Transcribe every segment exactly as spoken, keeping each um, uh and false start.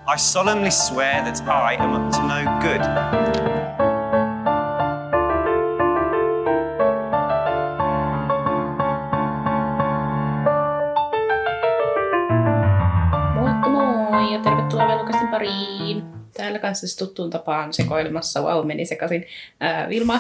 I solemnly swear that I am up to no good. Moikka moi ja tervetuloa Velokastin pariin. Täällä kanssa tuttuun tapaan sekoilemassa. Wow, meni sekaisin. Ää, Vilma.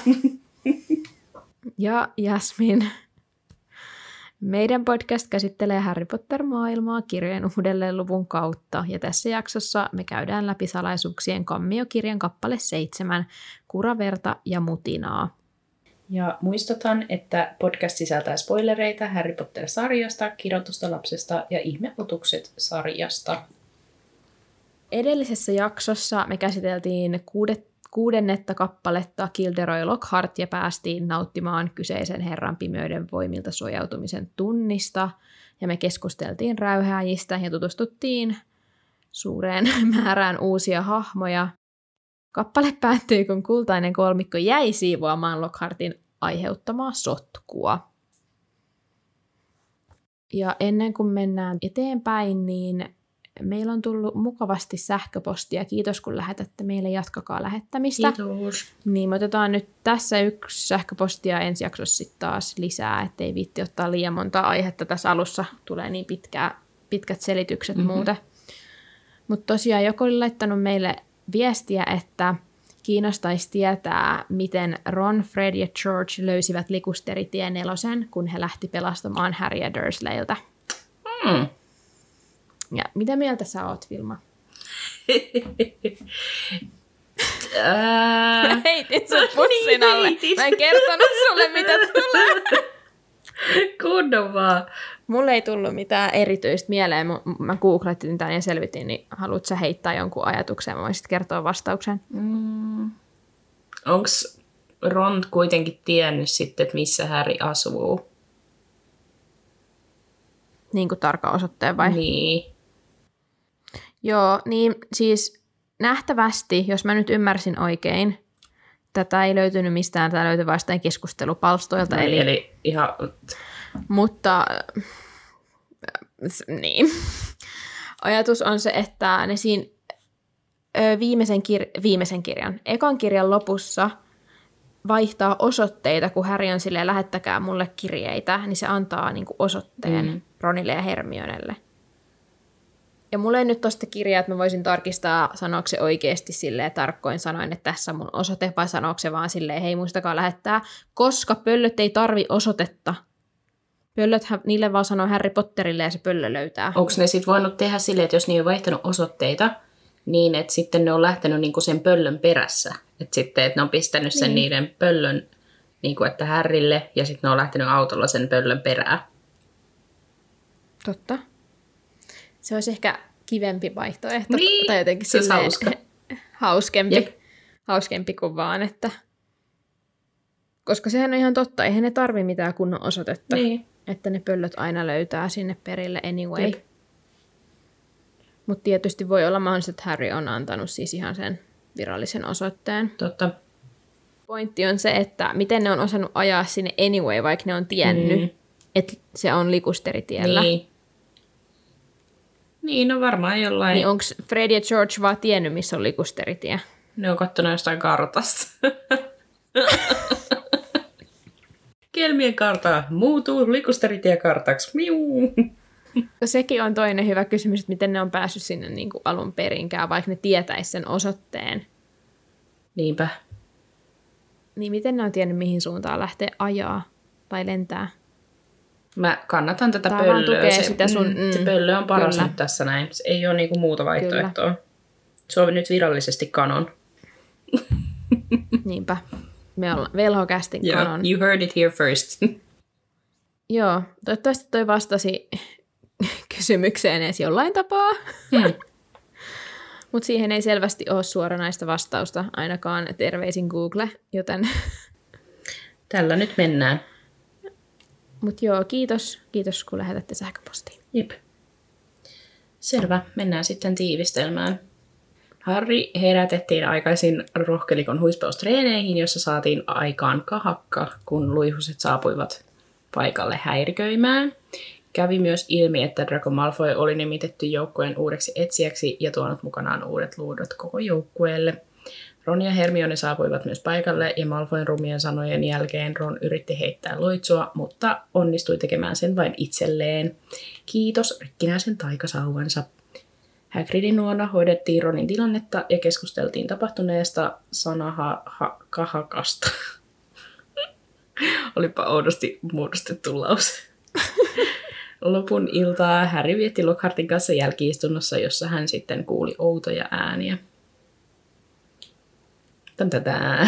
Ja Jasmin. Meidän podcast käsittelee Harry Potter-maailmaa kirjojen uudelleen luvun kautta, ja tässä jaksossa me käydään läpi salaisuuksien kammiokirjan kappale seitsemän, Kuraverta ja mutinaa. Ja muistutan, että podcast sisältää spoilereita Harry Potter-sarjasta, Kirjoitusta lapsesta ja Ihmeotukset-sarjasta. Edellisessä jaksossa me käsiteltiin kuudet, kuudennetta kappaletta Gilderoy Lockhart ja päästiin nauttimaan kyseisen herran pimeyden voimilta suojautumisen tunnista. Ja me keskusteltiin räyhääjistä ja tutustuttiin suureen määrään uusia hahmoja. Kappale päättyi, kun kultainen kolmikko jäi siivoamaan Lockhartin aiheuttamaa sotkua. Ja ennen kuin mennään eteenpäin, niin meillä on tullut mukavasti sähköpostia. Kiitos, kun lähetätte meille. Jatkakaa lähettämistä. Kiitos. Niin, me otetaan nyt tässä yksi sähköpostia ensi jaksossa sitten taas lisää, ettei viitti ottaa liian monta aihetta tässä alussa. Tulee niin pitkää, pitkät selitykset mm-hmm. muuten. Mutta tosiaan joku oli laittanut meille viestiä, että kiinnostaisi tietää, miten Ron, Fred ja George löysivät Likusteritien nelosen, kun he lähti pelastamaan Harryä Dursleyltä. Mm. Ja mitä mieltä sä oot, Vilma? Mä heitin sun pussin alle. Mä en kertonut sulle, mitä tulee. Kunnon vaan. Mulle ei tullut mitään erityistä mieleen. Mä googlettiin tämän ja selvitin, niin haluatko sä heittää jonkun ajatuksen? Mä voisit kertoa vastauksen. Mm. Onks Ron kuitenkin tiennyt sitten, että missä Harry asuu? Niin kuin tarkka osoitteen vai? Niin. Joo, niin siis nähtävästi, jos mä nyt ymmärsin oikein, tätä ei löytynyt mistään, tämä löytyi vastaan keskustelupalstoilta. No, eli, eli ihan... Mutta niin. Ajatus on se, että ne siinä viimeisen, kir- viimeisen kirjan, ekan kirjan lopussa vaihtaa osoitteita, kun Harry on silleen, lähettäkää mulle kirjeitä, niin se antaa niinku osoitteen mm. Ronille ja Hermionelle. Ja mulla ei nyt tosta kirjaa, että mä voisin tarkistaa, sanooko se oikeasti silleen tarkkoin sanoin, että tässä on mun osoite, vai sanooko se vaan silleen, hei muistakaa lähettää, koska pöllöt ei tarvi osoitetta. Pöllöthän, niille vaan sanoo Harry Potterille ja se pöllö löytää. Onko ne sitten voinut tehdä silleen, että jos ne on vaihtanut osoitteita, niin että sitten ne on lähtenyt niinku sen pöllön perässä. Että sitten, että ne on pistänyt sen niin. niiden pöllön, niinku, että Harrylle, ja sitten ne on lähtenyt autolla sen pöllön perään. Totta. Se olisi ehkä kivempi vaihtoehto. Niin, tai jotenkin se olisi hauska. Hauskempi, Jep. hauskempi kuin vaan, että... Koska sehän on ihan totta, eihän ne tarvi mitään kunnon osoitetta. Niin. Että ne pöllöt aina löytää sinne perille anyway. Mutta tietysti voi olla mahdollista, että Harry on antanut siis ihan sen virallisen osoitteen. Totta. Pointti on se, että miten ne on osannut ajaa sinne anyway, vaikka ne on tiennyt, mm. että se on Likusteritiellä. Niin. Niin, no varmaan jollain... Niin onko Fred ja George vaan tiennyt, missä on Likusteritie? Ne on kattonut jostain kartasta. Kelmien karta muutuu Likusteritiekartaksi. Miu. Sekin on toinen hyvä kysymys, että miten ne on päässyt sinne niin kuin alun perinkään, vaikka ne tietäisi sen osoitteen. Niinpä. Niin miten ne on tiennyt, mihin suuntaan lähtee ajaa tai lentää? Mä kannatan tätä Tää pöllöä. Se, sitä sun, mm, se pöllö on paras kyllä. nyt tässä näin. Se ei ole niinku muuta vaihtoehtoa. Kyllä. Se on nyt virallisesti kanon. Niinpä. Me ollaan velhokästin Yeah, kanon. you heard it here first. Joo, toivottavasti toi vastasi kysymykseen edes jollain tapaa. Hmm. Mutta siihen ei selvästi ole suoranaista vastausta, ainakaan terveisin Google, joten... Tällä nyt mennään. Mutta joo, kiitos. Kiitos, kun lähetätte sähköpostiin. Jep. Selvä, mennään sitten tiivistelmään. Harry herätettiin aikaisin rohkelikon huispaustreeneihin, jossa saatiin aikaan kahakka, kun luihuset saapuivat paikalle häiriköimään. Kävi myös ilmi, että Draco Malfoy oli nimitetty joukkueen uudeksi etsijäksi ja tuonut mukanaan uudet luudot koko joukkueelle. Ron ja Hermione saapuivat myös paikalle ja Malfoyn rumien sanojen jälkeen Ron yritti heittää loitsua, mutta onnistui tekemään sen vain itselleen. Kiitos rikkinäisen taikasauvansa. Hagridin luona hoidettiin Ronin tilannetta ja keskusteltiin tapahtuneesta sanahakasta. Olipa oudosti muodostettu lause. Lopun iltaa Harry vietti Lockhartin kanssa jälki-istunnossa, jossa hän sitten kuuli outoja ääniä. Tän tätä.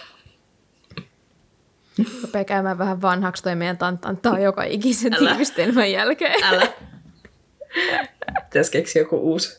Rupee käymään vähän vanhaksi toi meidän tantantaa joka ikisen tiivistelmän jälkeen. Älä. Pitäisi keksiä joku uusi.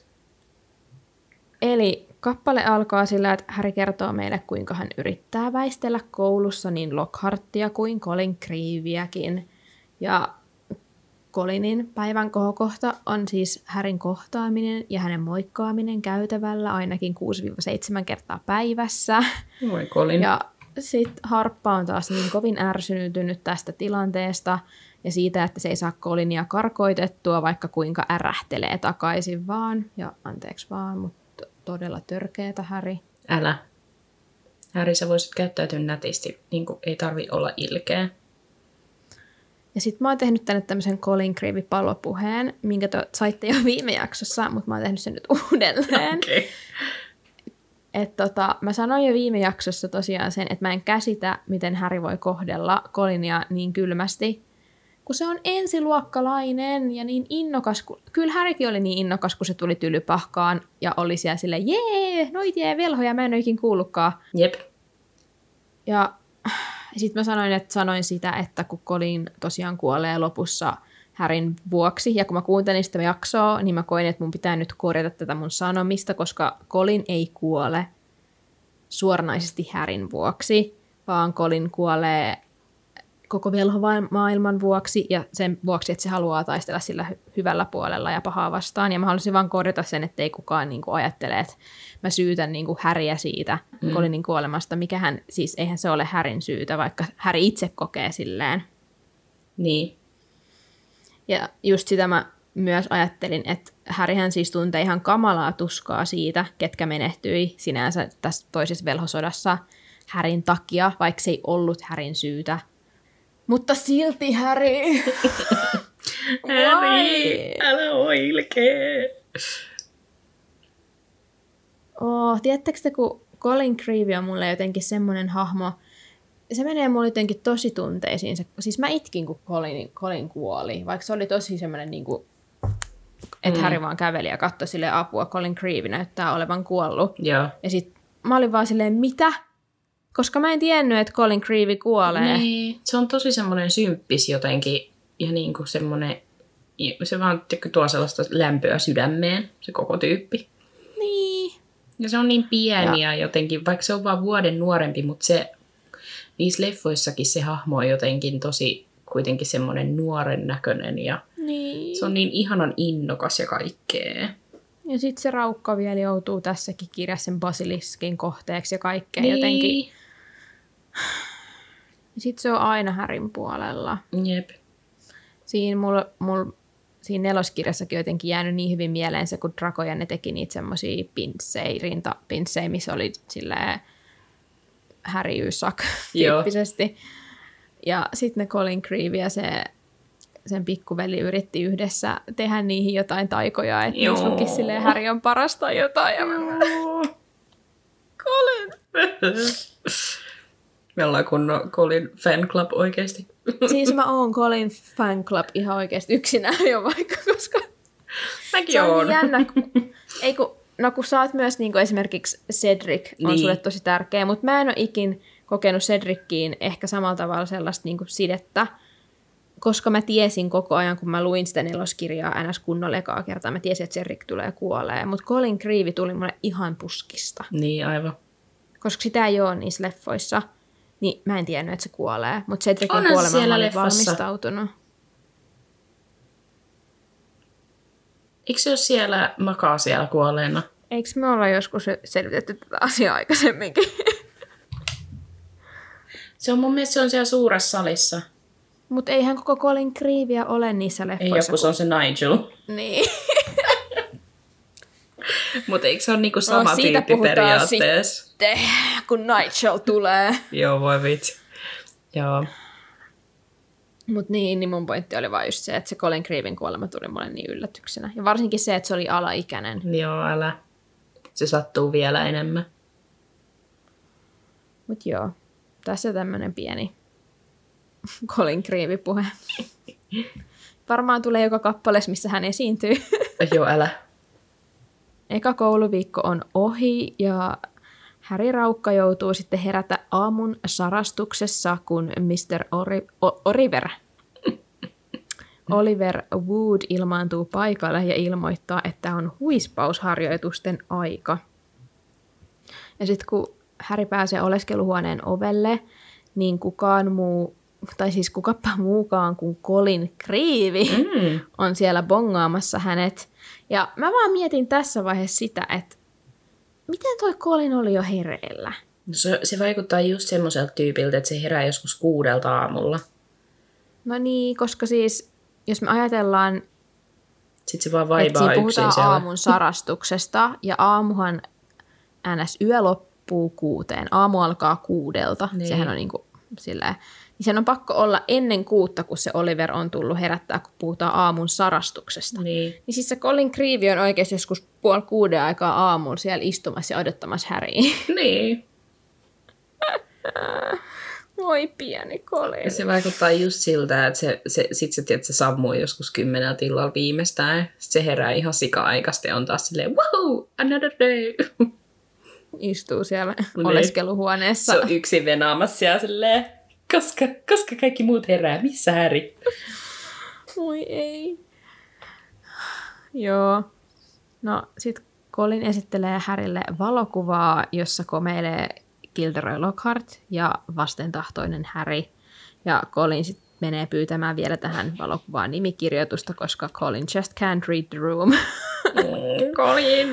Eli kappale alkaa sillä, että Harry kertoo meille, kuinka hän yrittää väistellä koulussa niin Lockhartia kuin Colin Creevyäkin. Ja Colinin päivän kohokohta on siis Harryn kohtaaminen ja hänen moikkaaminen käytävällä ainakin kuusi seitsemän kertaa päivässä. Moi Colin. Ja sitten Harppa on taas niin kovin ärsynyt tästä tilanteesta ja siitä, että se ei saa Colinia karkoitettua, vaikka kuinka ärähtelee takaisin vaan. Ja anteeksi vaan, mutta todella törkeetä, Harry. Älä. Harry, sä voisit käyttäytyä nätisti, niin kuin ei tarvi olla ilkeä. Ja sitten mä oon tehnyt tänne tämmöisen Colin Creevy-palopuheen, minkä te saitte jo viime jaksossa, mutta mä oon tehnyt sen nyt uudelleen. Okay. Et tota, mä sanoin jo viime jaksossa tosiaan sen, että mä en käsitä, miten Harry voi kohdella Colinia niin kylmästi, kun se on ensiluokkalainen ja niin innokas. Kun... Kyllä Harrykin oli niin innokas, kun se tuli Tylypahkaan ja oli siellä silleen, jee, noit jee velhoja, mä en ole ikin kuullutkaan. Jep. Ja sitten mä sanoin, että sanoin sitä, että kun Colin tosiaan kuolee lopussa Harryn vuoksi, ja kun mä kuuntelin sitä jaksoa, niin mä koin, että mun pitää nyt korjata tätä mun sanomista, koska Colin ei kuole suoranaisesti Harryn vuoksi, vaan Colin kuolee koko velhomaailman vuoksi, ja sen vuoksi, että se haluaa taistella sillä hy- hyvällä puolella ja pahaa vastaan. Ja mä haluaisin vaan korjata sen, ettei kukaan niin kuin ajattele, että mä syytän niin kuin Harryä siitä mm. Colinin kuolemasta. Mikähän, siis eihän se ole Harryn syytä, vaikka Harry itse kokee silleen. Niin. Ja just sitä mä myös ajattelin, että Harryhän siis tuntee ihan kamalaa tuskaa siitä, ketkä menehtyi sinänsä tässä toisessa velhosodassa Harryn takia, vaikka se ei ollut Harryn syytä. Mutta silti, Harry. Harry, älä ole ilkeä. Oh, tiedättekö te, kun Colin Creevy on mulle jotenkin semmoinen hahmo, se menee mulle jotenkin tosi tunteisiin. Se, siis mä itkin, kun Colin, Colin kuoli, vaikka se oli tosi semmoinen, niin kuin, että mm. Harry vaan käveli ja katsoi silleen apua, Colin Creevy näyttää olevan kuollut. Joo. Ja sit mä olin vaan silleen, mitä? Koska mä en tiennyt, että Colin Creevy kuolee. Niin, se on tosi semmoinen symppis jotenkin ja niin kuin semmoinen, se vaan tuo sellaista lämpöä sydämeen, se koko tyyppi. Niin. Ja se on niin pieni ja ja jotenkin, vaikka se on vaan vuoden nuorempi, mutta se, niissä leffoissakin se hahmo on jotenkin tosi kuitenkin semmoinen nuoren näköinen ja niin. Se on niin ihanan innokas ja kaikkea. Ja sitten se raukka vielä joutuu tässäkin kirjassa sen basiliskin kohteeksi ja kaikkea niin. jotenkin. Sitten se on aina Harryn puolella. Jep. Siinä, mul, mul, siinä neloskirjassakin jotenkin jäänyt niin hyvin mieleen se, kun Draco ja ne teki niitä semmosia pinssejä, rintapinssejä, missä oli silleen Harry you suck tyyppisesti. Ja sitten ne Colin Creevy ja se, sen pikkuveli yritti yhdessä tehdä niihin jotain taikoja, että niissä luki silleen Harry on parasta jotain. Ja Colin! Me ollaan kunnon Colin fan club oikeesti. Siis mä oon Colin fan club ihan oikeesti yksinään jo vaikka, koska mäkin se on oon. niin jännä. Kun, ei kun, no kun sä oot myös niin kuin esimerkiksi Cedric on niin. sulle tosi tärkeä, mutta mä en ole ikin kokenut Cedrickiin ehkä samalla tavalla sellaista niin kuin sidettä, koska mä tiesin koko ajan, kun mä luin sitä neloskirjaa ns. Kunnolla ekaa kertaa, mä tiesin, että Cedric tulee kuolee, mutta Colin Creevy tuli mulle ihan puskista. Niin, aivan. Koska sitä ei ole niissä leffoissa. Niin mä en tiennyt, että se kuolee, mutta Cedricin Onhan kuolemaan mä olin leffassa. valmistautunut. Eikö se ole siellä, makaa siellä kuolleena? Eikö me olla joskus selvitetty tätä asiaa aikaisemminkin? Se on mun mielestä se on siellä suuressa salissa. Mutta eihän koko Colin Creevya ole niissä leffoissa. Ei joku, se on se Nigel. Niin. Mutta eikö se ole niinku sama no, siitä tyyppi periaatteessa? Sitten, kun Nigel tulee. Joo, voi vitsi. Joo. Mutta niin, niin mun pointti oli vaan just se, että se Colin Creevyn kuolema tuli mulle niin yllätyksenä. Ja varsinkin se, että se oli alaikäinen. Joo, älä. Se sattuu vielä enemmän. Mut joo, tässä tämmönen pieni Colin Creevy-puhe. Varmaan tulee joka kappaleessa, missä hän esiintyy. Joo, älä. Eka kouluviikko on ohi ja Harry Raukka joutuu sitten herätä aamun sarastuksessa, kun mister Ori- o- Oliver, Oliver Wood ilmaantuu paikalle ja ilmoittaa, että on huispausharjoitusten aika. Ja sitten kun Harry pääsee oleskeluhuoneen ovelle, niin kukaan muu, tai siis kukapa muukaan kuin Colin Creevy mm. on siellä bongaamassa hänet. Ja mä vaan mietin tässä vaiheessa sitä, että miten toi Colin oli jo hereillä? No se, se vaikuttaa just semmoiselta tyypiltä, että se herää joskus kuudelta aamulla. No niin, koska siis, jos me ajatellaan, sitten se vaan vaibaa että siinä puhutaan siellä. aamun sarastuksesta, ja aamuhan ns. Yö loppuu kuuteen. Aamu alkaa kuudelta. Niin. Sehän on niin kuin silleen. Niin sen on pakko olla ennen kuutta, kun se Oliver on tullut herättää, kun puhutaan aamun sarastuksesta. Niin. Niin siis se Colin Creevy on oikeasti joskus puoli kuuden aikaa aamulla siellä istumassa ja odottamassa Harryä. Niin. Oi pieni Colin. Ja se vaikuttaa just siltä, että se, se, sit se, tiedät, se sammuu joskus kymmeneltä illalla viimeistään. Sitten se herää ihan sika-aikasta ja on taas silleen, wow, another day. Istuu siellä niin. oleskeluhuoneessa. Se on yksin venaamassa siellä silleen, koska, koska kaikki muut herää, missä Harry? Oi ei. Joo. No sit Colin esittelee Harrylle valokuvaa, jossa komeilee Gilderoy Lockhart ja vastentahtoinen Harry. Ja Colin sit menee pyytämään vielä tähän valokuvaan nimikirjoitusta, koska Colin just can't read the room. Mm, Colin!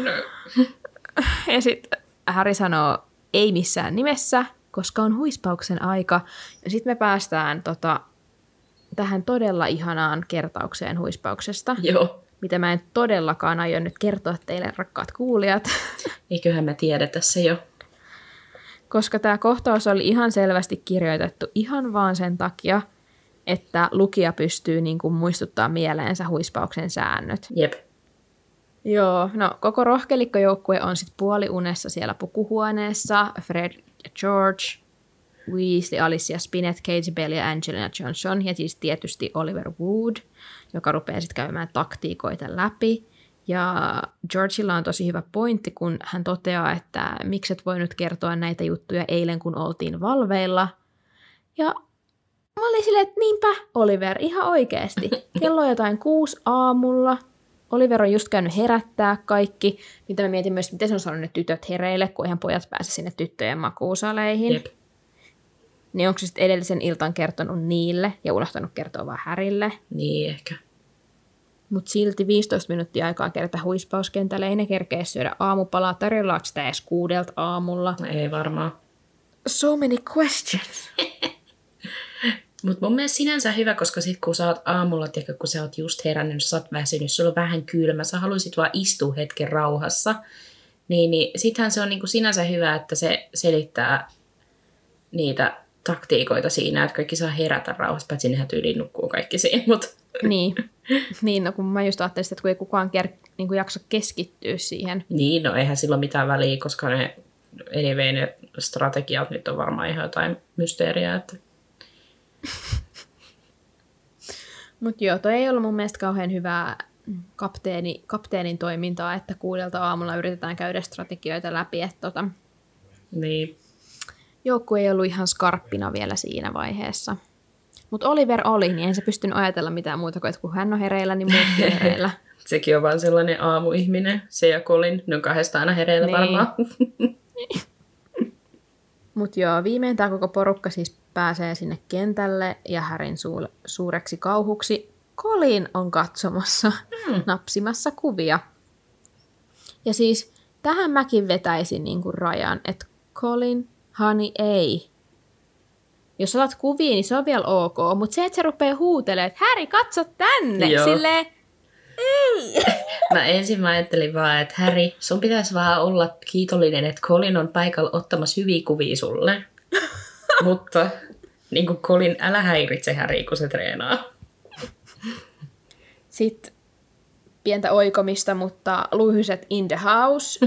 Ja sitten Harry sanoo, ei missään nimessä, koska on huispauksen aika. Ja sitten me päästään tota, tähän todella ihanaan kertaukseen huispauksesta. Joo. Mitä mä en todellakaan aio nyt kertoa teille, rakkaat kuulijat. Eiköhän me tiedetä se jo. Koska tämä kohtaus oli ihan selvästi kirjoitettu ihan vaan sen takia, että lukija pystyy niin kuin muistuttaa mieleensä huispauksen säännöt. Jep. Joo, no koko rohkelikkojoukkue on sitten puoliunessa siellä pukuhuoneessa. Fred ja George, Weasley, Alicia Spinnet, Katie Bell ja Angelina Johnson. Ja siis tietysti Oliver Wood, joka rupeaa sitten käymään taktiikoita läpi. Ja Georgilla on tosi hyvä pointti, kun hän toteaa, että miksi et voi nyt kertoa näitä juttuja eilen, kun oltiin valveilla. Ja mä olin silleen, että niinpä, Oliver, ihan oikeasti. Kello on jotain kuusi aamulla. Oliver on just käynyt herättää kaikki, mitä mä mietin myös, miten se on saanut ne tytöt hereille, kun eihän pojat pääse sinne tyttöjen makuusaleihin. Jep. Niin onko se sitten edellisen iltan kertonut niille ja unohtanut kertoa vaan Harrylle? Niin ehkä. Mutta silti viisitoista minuuttia aikaa kerätä huispauskentälle, ei ne kerkeä syödä aamupalaa, tarjollaanko sitä edes kuudelta aamulla? Ei varmaan. So many questions. Mutta mun mielestä sinänsä hyvä, koska sit kun sä oot aamulla, tiedätkö, kun sä oot just herännyt, sä oot väsynyt, sulla on vähän kylmä, sä haluaisit vaan istua hetken rauhassa, niin, niin sittenhän se on niinku sinänsä hyvä, että se selittää niitä taktiikoita siinä, että kaikki saa herätä rauhassa, paitsi nehän tyyliin nukkuu kaikki siinä, mutta... Niin. niin, no kun mä just ajattelin sitä, että kun ei kukaan ker- niin kuin jaksa keskittyä siihen. Niin, no eihän sillä ole mitään väliä, koska ne, anyway, ne strategiat nyt on varmaan ihan jotain mysteeriä, että... Mutta joo, toi ei ollut mun mielestä kauhean hyvää kapteeni, kapteenin toimintaa, että kuudelta aamulla yritetään käydä strategioita läpi, että tota, niin. joukkue ei ollut ihan skarppina vielä siinä vaiheessa. Mutta Oliver oli, niin en se pystynyt ajatella mitään muuta kuin, että kun hän on hereillä, niin muutkin on hereillä. Sekin on vaan sellainen aamuihminen, se ja Colin, ne on kahdesta aina hereillä niin. Varmaan. Mutta joo, viimein tämä koko porukka siis pääsee sinne kentälle ja Harryn su- suureksi kauhuksi Colin on katsomassa, hmm. napsimassa kuvia. Ja siis tähän mäkin vetäisin niinku rajan, että Colin, honey, ei. Jos otat kuvia, niin se on vielä ok, mutta se, että se rupeaa huutelemaan, että Harry, katso tänne, Joo. silleen, ei. Mä ensin mä ajattelin vaan, että Harry, sun pitäisi vaan olla kiitollinen, että Colin on paikalla ottamassa hyviä kuvia sulle. Mutta niin kuin Colin, älä häiritse Harry, kun se treenaa. Sitten pientä oikomista, mutta luihyset in the house.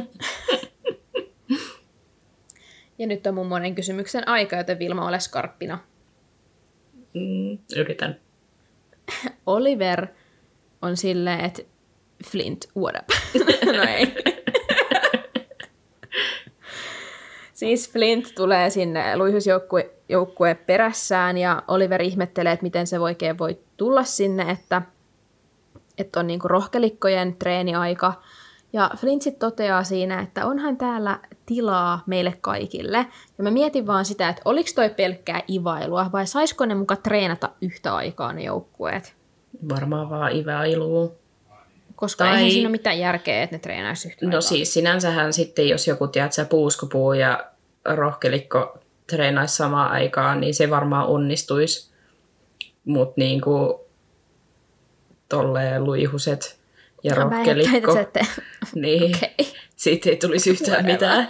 Ja nyt on mun monen kysymyksen aika, joten Vilma, ole skarppina. Mm, yritän. Oliver on silleen, että Flint, what up? No ei. Siis Flint tulee sinne luihusjoukkueen perässään ja Oliver ihmettelee, että miten se oikein voi tulla sinne, että, että on niinku rohkelikkojen treeniaika. Ja Flint sit toteaa siinä, että onhan täällä tilaa meille kaikille. Ja mä mietin vaan sitä, että oliko toi pelkkää ivailua vai saisiko ne muka treenata yhtä aikaa ne joukkueet? Varmaan vaan ivailuu. Koska tai... eihän siinä ole mitään järkeä, että ne treenaisi yhtä No aikaa. siis sinänsähän sitten, jos joku tiedät, sä puuskopuu ja rohkelikko treenaisi samaan aikaan, niin se varmaan onnistuisi. Mutta niinku tolleen luihuset ja no, rohkelikko, mä että... niin okay. siitä ei tulisi yhtään mitään.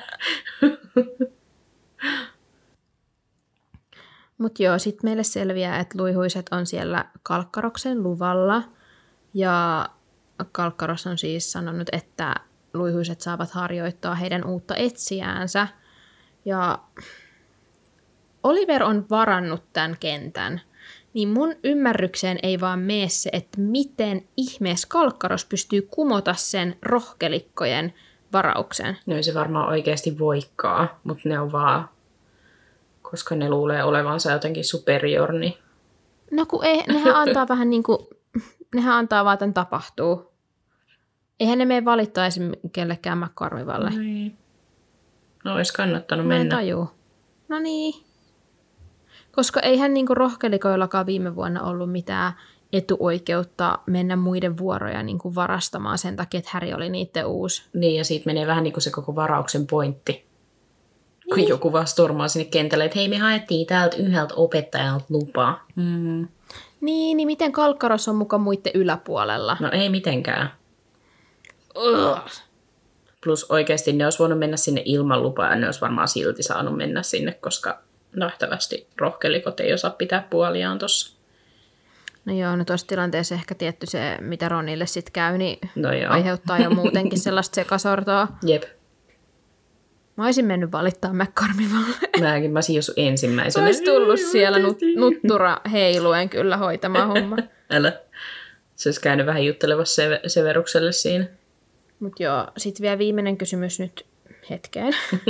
Mutta joo, sitten meille selviää, että luihuiset on siellä Kalkkaroksen luvalla. Ja Kalkkaros on siis sanonut, että luihuiset saavat harjoittaa heidän uutta etsiäänsä. Ja Oliver on varannut tämän kentän. Niin mun ymmärrykseen ei vaan mene se, että miten ihmeessä Kalkkaros pystyy kumota sen rohkelikkojen varauksen. No ei se varmaan oikeasti voikaan, mutta ne on vaan, koska ne luulee olevansa jotenkin superior, niin... No kun ei, nehän antaa vähän niin kuin, nehän antaa vaan tämän tapahtuu. Eihän ne mene valittaisi kellekään McCormivalle. Niin. No olisi kannattanut Mä en mennä. tajuu. No niin. Koska eihän niinku rohkelikoillakaan viime vuonna ollut mitään etuoikeutta mennä muiden vuoroja niinku varastamaan sen takia, että Harry oli niiden uusi. Niin, ja siitä menee vähän niin kuin se koko varauksen pointti. Niin. Kun Niin. joku vaan stormaa sinne kentälle, että hei, me haettiin täältä yhdeltä opettajalta lupaa. Mm. Niin, niin miten Kalkkaros on muka muiden yläpuolella? No ei mitenkään. Ugh. Plus oikeasti ne olisi voinut mennä sinne ilman lupaa, ja ne olisi varmaan silti saanut mennä sinne, koska nähtävästi rohkelikot ei osaa pitää puoliaan tossa. No joo, no tuossa tilanteessa ehkä tietty se, mitä Ronille sitten käy, niin No joo. aiheuttaa jo muutenkin sellaista sekasortoa. Jep. Mä olisin mennyt valittaa McCormivalle. Mäkin, mä siinä ensimmäisenä. Olisi tullut siellä nut, nuttura heiluen kyllä hoitamaan homma. Älä. Se olisi käynyt vähän juttelevassa Severukselle siinä. Mutta joo, sitten vielä viimeinen kysymys nyt hetkeen.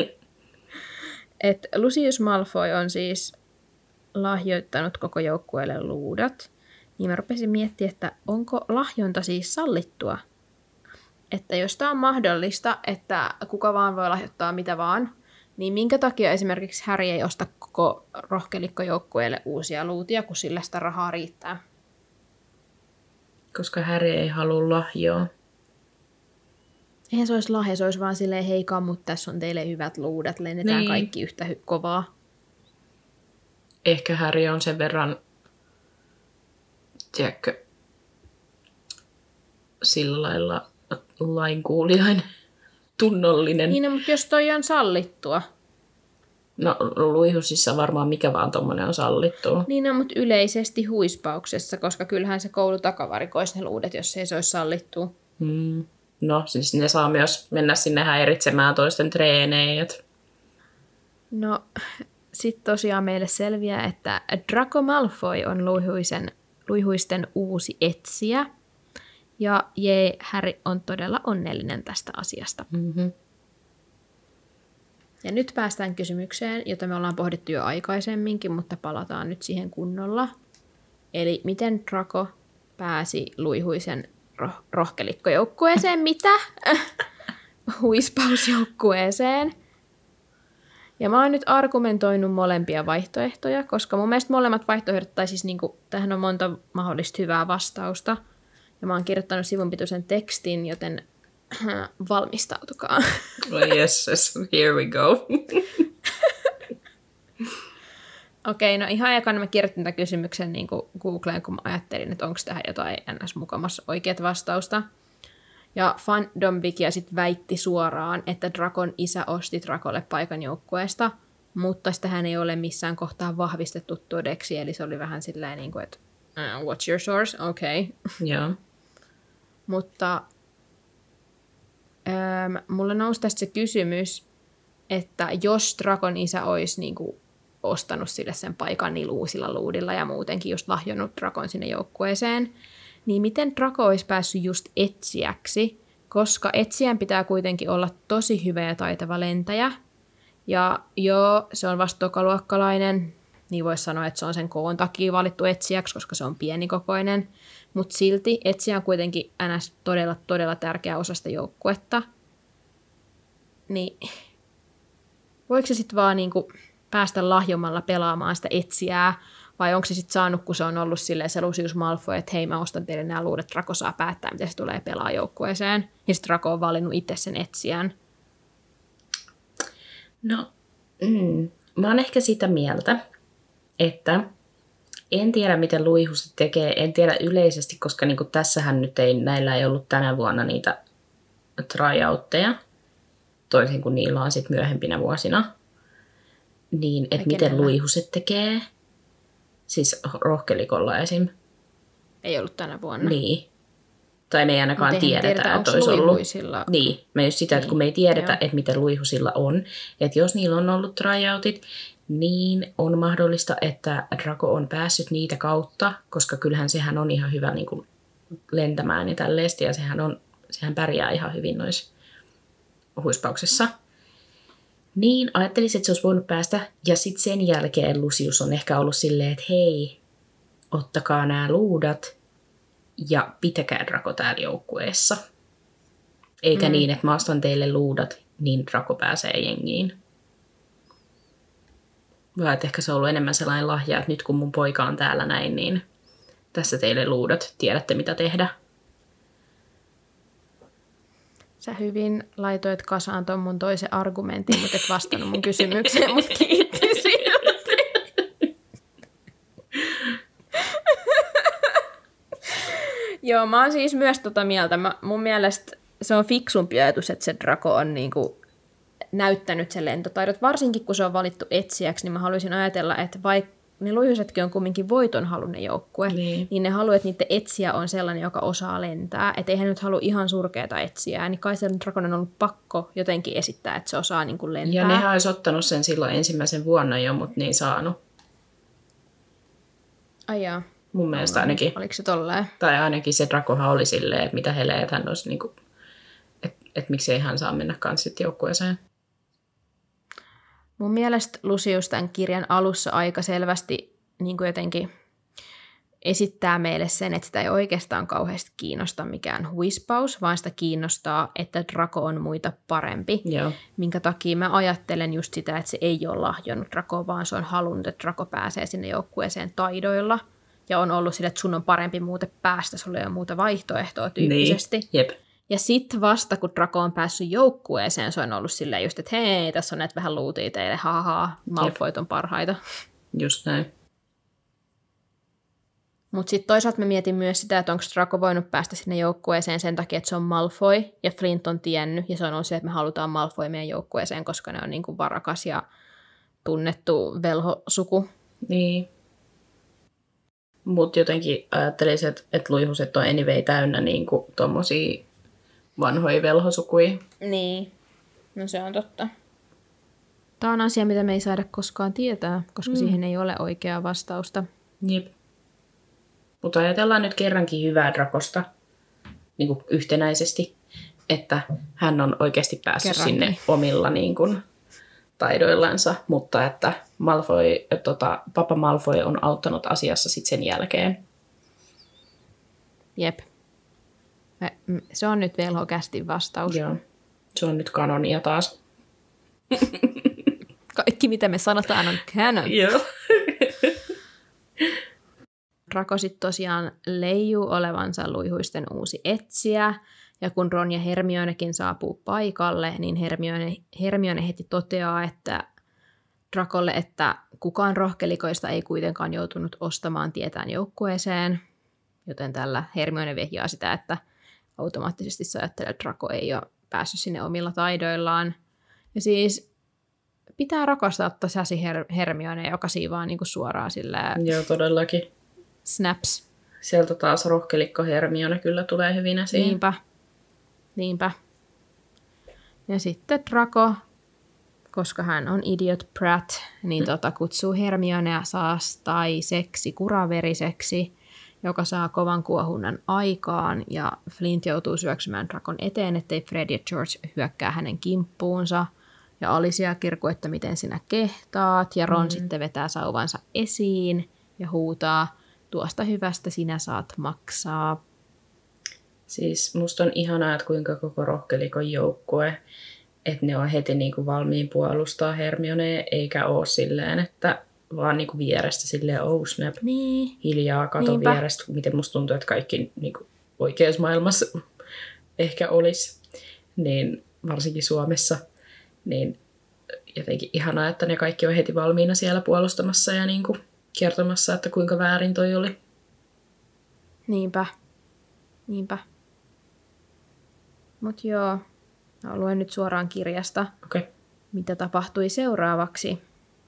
Et Lucius Malfoy on siis lahjoittanut koko joukkueelle luudat. Niin mä rupesin miettimään, että onko lahjonta siis sallittua? Että jos tämä on mahdollista, että kuka vaan voi lahjoittaa mitä vaan, niin minkä takia esimerkiksi Harry ei osta koko rohkelikkojoukkueelle uusia luutia, kun sillä sitä rahaa riittää? Koska Harry ei halua lahjoa. Eihän se olisi lahja, se olisi vaan silleen, hei kammut, tässä on teille hyvät luudat, lennetään Niin. kaikki yhtä hy- kovaa. Ehkä Harry on sen verran, tiedätkö, sillä lailla lainkuulijainen, tunnollinen. Niin, no, mutta jos toi on sallittua. No luihusissa varmaan mikä vaan tommonen on sallittua. Niin, no, mutta yleisesti huispauksessa, koska kyllähän se koulu takavarikoisi ne luudet, jos ei se olisi sallittua. Hmm. No siis ne saa myös mennä sinne häiritsemään toisten treenejä. No, sitten tosiaan meille selviää, että Draco Malfoy on luihuisen, luihuisten uusi etsijä. Ja jee, Harry on todella onnellinen tästä asiasta. Mm-hmm. Ja nyt päästään kysymykseen, jota me ollaan pohdittu jo aikaisemminkin, mutta palataan nyt siihen kunnolla. Eli miten Draco pääsi luihuisen roh- rohkelikkojoukkueeseen? Mitä? Huispausjoukkueeseen. Ja mä oon nyt argumentoinut molempia vaihtoehtoja, koska mun mielestä molemmat vaihtoehdot, tai siis niinku, tähän on monta mahdollista hyvää vastausta. Ja mä oon kirjoittanut sivunpituisen tekstin, joten valmistautukaa. Oh yes, yes, here we go. Okei, no ihan ekana mä kirjoitin tämän kysymyksen niin kuin Googleen, kun mä ajattelin, että onko tähän jotain ns. Mukamassa oikeat vastausta. Ja Fandombikia sitten väitti suoraan, että Drakon isä osti Drakolle paikan joukkueesta, mutta sitä hän ei ole missään kohtaa vahvistettu todeksi, eli se oli vähän silleen niin kuin, että uh, what's your source? Okei. Okay. Joo. Mutta ähm, mulle nousi tästä se kysymys, että jos Drakon isä olisi niin kuin ostanut sille sen paikan niillä uusilla luudilla ja muutenkin just lahjonnut Drakon sinne joukkueeseen, niin miten Draco olisi päässyt just etsijäksi, koska etsijän pitää kuitenkin olla tosi hyvä ja taitava lentäjä. Ja joo, se on vasta tokaluokkalainen, niin voisi sanoa, että se on sen koon takia valittu etsijäksi, koska se on pienikokoinen. Mutta silti etsijä on kuitenkin ns. todella, todella tärkeä osa sitä joukkuetta. Niin voiko se sitten vaan niinku päästä lahjomalla pelaamaan sitä etsijää, vai onko se sitten saanut, kun se on ollut silleen se Lucius Malfoy, että hei, mä ostan teille nämä luudet, Draco saa päättää, miten se tulee pelaa joukkueeseen. Ja sitten Draco on valinnut itse sen etsijän. No, mm, mä oon ehkä sitä mieltä, että en tiedä, miten luihuset tekee, en tiedä yleisesti, koska niinku tässähän nyt ei, näillä ei ollut tänä vuonna niitä tryoutteja, toisin kuin niillä on sitten myöhempinä vuosina. Niin, että miten luihuset tekee. Siis rohkelikolla esim. Ei ollut tänä vuonna. Niin. Tai me ei ainakaan Mut tiedetä, tiedetä, että olisi luihuisilla... ollut. Niin. Mä just sitä, että kun me ei tiedetä, Joo. että miten luihusilla on. Että jos niillä on ollut tryoutit, niin on mahdollista, että Draco on päässyt niitä kautta, koska kyllähän sehän on ihan hyvä niin kuin lentämään ja tälleesti, ja sehän, on, sehän pärjää ihan hyvin noissa huispauksessa. Niin, ajattelisin, että se olisi voinut päästä. Ja sitten sen jälkeen Lucius on ehkä ollut silleen, että hei, ottakaa nämä luudat ja pitäkää Draco täällä joukkueessa. Eikä mm. niin, että mä ostan teille luudat, niin Draco pääsee jengiin. Vai että ehkä se on ollut enemmän sellainen lahja, että nyt kun mun poika on täällä näin, niin tässä teille luudat, tiedätte mitä tehdä. Sä hyvin laitoit kasaan ton mun toisen argumentin, mutta et vastannut mun kysymykseen, mutta kiitti silti. Joo, mä oon siis myös tota mieltä. Mä, mun mielestä se on fiksumpi ajatus, että se Draco on niinku näyttänyt sen lentotaidot. Varsinkin kun se on valittu etsijäksi, niin mä haluaisin ajatella, että vaikka ne luihusetkin on kumminkin voitonhaluinen joukkue, niin. niin ne haluaa, että niiden etsijä on sellainen, joka osaa lentää. Että eihän nyt halua ihan surkeata etsijää, niin kai se Dracon on ollut pakko jotenkin esittää, että se osaa niin kuin lentää. Ja nehän olisi ottanut sen silloin ensimmäisen vuonna jo, mutta ne ei saanut. Ai jaa. Mun mielestä ainakin. Oliko se tolleen? Tai ainakin se Dracohan oli silleen, että mitä helee, että hän olisi niinku, että et miksei hän saa mennä kans sitten joukkueeseen. Mun mielestä Lucius tämän kirjan alussa aika selvästi niin kuin jotenkin esittää meille sen, että sitä ei oikeastaan kauheasti kiinnosta mikään huispaus, vaan sitä kiinnostaa, että Draco on muita parempi. Joo. Minkä takia mä ajattelen just sitä, että se ei ole lahjonnut Dracoa, vaan se on halunnut, että Draco pääsee sinne joukkueeseen taidoilla. Ja on ollut sille, että sun on parempi muuten päästä, sulla ei ole muuta vaihtoehtoa tyyppisesti. Niin, jep. Ja sitten vasta, kun Draco on päässyt joukkueeseen, se on ollut silleen just, että hei, tässä on näitä vähän luutia teille, haha, Malfoyt on parhaita. Just näin. Mutta sitten toisaalta mä mietin myös sitä, että onko Draco voinut päästä sinne joukkueeseen sen takia, että se on Malfoy, ja Flint on tiennyt, ja se on ollut se, että me halutaan Malfoy meidän joukkueeseen, koska ne on niinku varakas ja tunnettu velhosuku. Niin. Mutta jotenkin ajattelisin, että, että luihuset on anyway täynnä niinku tommosia vanhoja velhosukuja. Niin, no se on totta. Tämä on asia, mitä me ei saada koskaan tietää, koska mm. siihen ei ole oikeaa vastausta. Jep. Mutta ajatellaan nyt kerrankin hyvää Dracosta niin kuin yhtenäisesti, että hän on oikeasti päässyt kerrankin sinne omilla niin kuin, taidoillansa, mutta että Malfoy, tota, Papa Malfoy on auttanut asiassa sitten sen jälkeen. Jep. Se on nyt velhokästin vastaus. Joo. Se on nyt kanonia taas. Kaikki, mitä me sanotaan, on canon. Joo. Draco sitten tosiaan leijuu olevansa luihuisten uusi etsijä, ja kun Ron ja Hermionekin saapuu paikalle, niin Hermione, Hermione heti toteaa, että Dracolle, että kukaan rohkelikoista ei kuitenkaan joutunut ostamaan tietään joukkueeseen, joten tällä Hermione vehjaa sitä, että automaattisesti se ajattelee, että Draco ei ole päässyt sinne omilla taidoillaan. Ja siis pitää rakastaa ottaa säsi Her- Hermione, joka siivaa niinku suoraan silleen. Joo, todellakin. Snaps. Sieltä taas rohkelikko Hermione kyllä tulee hyvin esiin. Niinpä. Niinpä. Ja sitten Draco, koska hän on idiot Pratt, niin mm. tota, kutsuu Hermionea saastaiseksi, kuraveriseksi, joka saa kovan kuohunnan aikaan, ja Flint joutuu syöksymään Dracon eteen, ettei Fred ja George hyökkää hänen kimppuunsa. Ja Alicia kirkuu, että miten sinä kehtaat, ja Ron mm. sitten vetää sauvansa esiin ja huutaa, tuosta hyvästä sinä saat maksaa. Siis musta on ihanaa, että kuinka koko rohkelikon joukkue, että ne on heti niinku valmiin puolustaa Hermionea, eikä ole silleen, että vaan niinku vierestä silleen, oh snap, niin. hiljaa kato Niinpä. vierestä, miten musta tuntuu, että kaikki niinku oikeassa maailmassa ehkä olisi, niin varsinkin Suomessa, niin jotenkin ihanaa, että ne kaikki on heti valmiina siellä puolustamassa ja niinku kertomassa, että kuinka väärin toi oli. Niinpä. Niinpä. Mut joo, mä luen nyt suoraan kirjasta, Okei. Okay. mitä tapahtui seuraavaksi.